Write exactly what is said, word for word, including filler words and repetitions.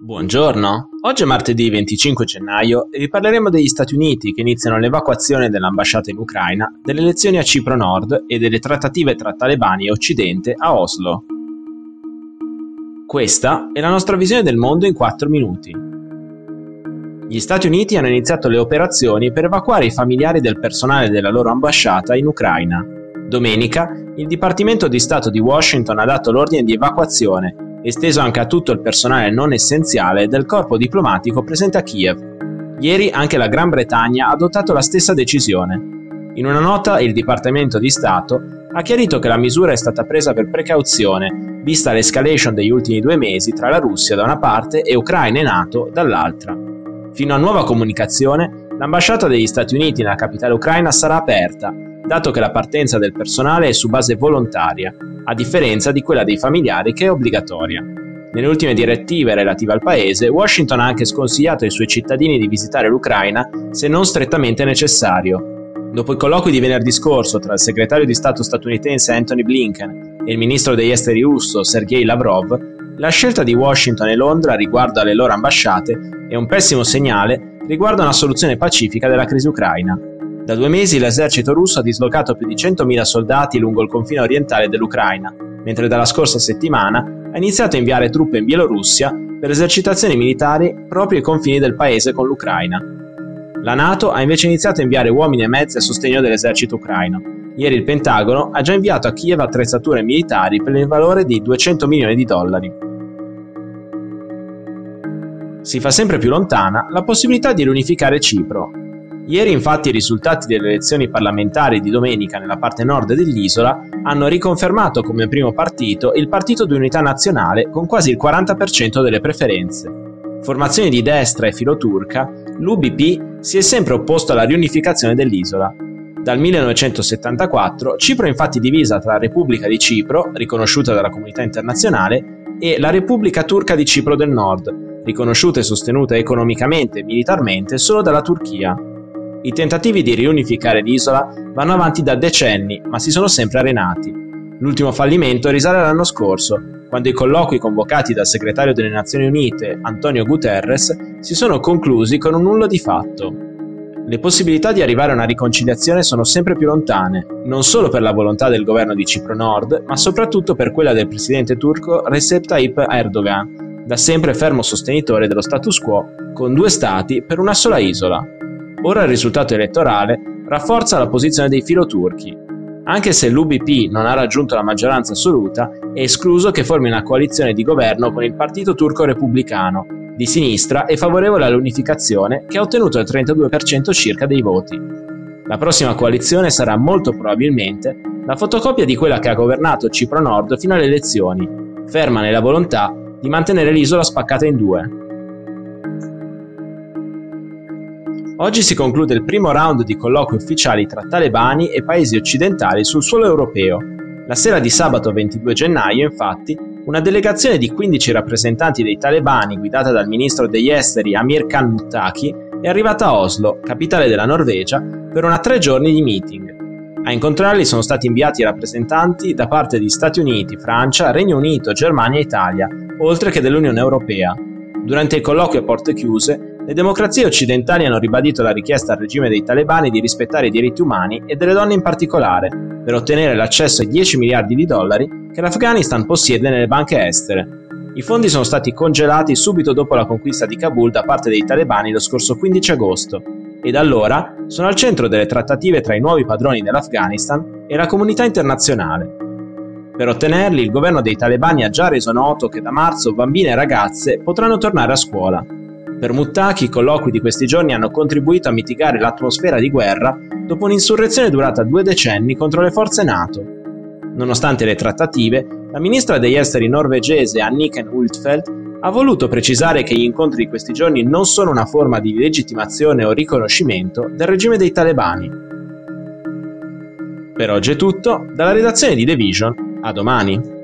Buongiorno, oggi è martedì venticinque gennaio e vi parleremo degli Stati Uniti che iniziano l'evacuazione dell'ambasciata in Ucraina, delle elezioni a Cipro Nord e delle trattative tra talebani e Occidente a Oslo. Questa è la nostra visione del mondo in quattro minuti. Gli Stati Uniti hanno iniziato le operazioni per evacuare i familiari del personale della loro ambasciata in Ucraina. Domenica, il Dipartimento di Stato di Washington ha dato l'ordine di evacuazione, esteso anche a tutto il personale non essenziale del corpo diplomatico presente a Kiev. Ieri anche la Gran Bretagna ha adottato la stessa decisione. In una nota il Dipartimento di Stato ha chiarito che la misura è stata presa per precauzione, vista l'escalation degli ultimi due mesi tra la Russia da una parte e Ucraina e NATO dall'altra. Fino a nuova comunicazione, l'ambasciata degli Stati Uniti nella capitale ucraina sarà aperta, dato che la partenza del personale è su base volontaria, a differenza di quella dei familiari che è obbligatoria. Nelle ultime direttive relative al paese, Washington ha anche sconsigliato ai suoi cittadini di visitare l'Ucraina se non strettamente necessario. Dopo i colloqui di venerdì scorso tra il segretario di Stato statunitense Antony Blinken e il ministro degli esteri russo Sergei Lavrov, la scelta di Washington e Londra riguardo alle loro ambasciate è un pessimo segnale riguardo a una soluzione pacifica della crisi ucraina. Da due mesi l'esercito russo ha dislocato più di centomila soldati lungo il confine orientale dell'Ucraina, mentre dalla scorsa settimana ha iniziato a inviare truppe in Bielorussia per esercitazioni militari proprio ai confini del paese con l'Ucraina. La NATO ha invece iniziato a inviare uomini e mezzi a sostegno dell'esercito ucraino. Ieri il Pentagono ha già inviato a Kiev attrezzature militari per il valore di duecento milioni di dollari. Si fa sempre più lontana la possibilità di riunificare Cipro. Ieri infatti i risultati delle elezioni parlamentari di domenica nella parte nord dell'isola hanno riconfermato come primo partito il Partito di Unità Nazionale con quasi il quaranta per cento delle preferenze. Formazione di destra e filoturca, l'U B P si è sempre opposto alla riunificazione dell'isola. Dal millenovecentosettantaquattro Cipro è infatti divisa tra la Repubblica di Cipro, riconosciuta dalla comunità internazionale, e la Repubblica Turca di Cipro del Nord, riconosciuta e sostenuta economicamente e militarmente solo dalla Turchia. I tentativi di riunificare l'isola vanno avanti da decenni, ma si sono sempre arenati. L'ultimo fallimento risale all'anno scorso, quando i colloqui convocati dal segretario delle Nazioni Unite, Antonio Guterres, si sono conclusi con un nullo di fatto. Le possibilità di arrivare a una riconciliazione sono sempre più lontane, non solo per la volontà del governo di Cipro Nord, ma soprattutto per quella del presidente turco Recep Tayyip Erdogan, da sempre fermo sostenitore dello status quo, con due stati per una sola isola. Ora il risultato elettorale rafforza la posizione dei filoturchi. Anche se l'U B P non ha raggiunto la maggioranza assoluta, è escluso che formi una coalizione di governo con il Partito Turco Repubblicano, di sinistra e favorevole all'unificazione, che ha ottenuto il trentadue per cento circa dei voti. La prossima coalizione sarà molto probabilmente la fotocopia di quella che ha governato Cipro Nord fino alle elezioni, ferma nella volontà di mantenere l'isola spaccata in due. Oggi si conclude il primo round di colloqui ufficiali tra talebani e paesi occidentali sul suolo europeo. La sera di sabato ventidue gennaio, infatti, una delegazione di quindici rappresentanti dei talebani guidata dal ministro degli esteri Amir Khan Muttaqi è arrivata a Oslo, capitale della Norvegia, per una tre giorni di meeting. A incontrarli sono stati inviati rappresentanti da parte di Stati Uniti, Francia, Regno Unito, Germania e Italia, oltre che dell'Unione Europea. Durante il colloquio a porte chiuse, le democrazie occidentali hanno ribadito la richiesta al regime dei talebani di rispettare i diritti umani e delle donne in particolare, per ottenere l'accesso ai dieci miliardi di dollari che l'Afghanistan possiede nelle banche estere. I fondi sono stati congelati subito dopo la conquista di Kabul da parte dei talebani lo scorso quindici agosto e da allora sono al centro delle trattative tra i nuovi padroni dell'Afghanistan e la comunità internazionale. Per ottenerli, il governo dei talebani ha già reso noto che da marzo bambine e ragazze potranno tornare a scuola. Per Muttaqi, i colloqui di questi giorni hanno contribuito a mitigare l'atmosfera di guerra dopo un'insurrezione durata due decenni contro le forze NATO. Nonostante le trattative, la ministra degli esteri norvegese Anniken Huitfeldt ha voluto precisare che gli incontri di questi giorni non sono una forma di legittimazione o riconoscimento del regime dei talebani. Per oggi è tutto, dalla redazione di The Vision, a domani.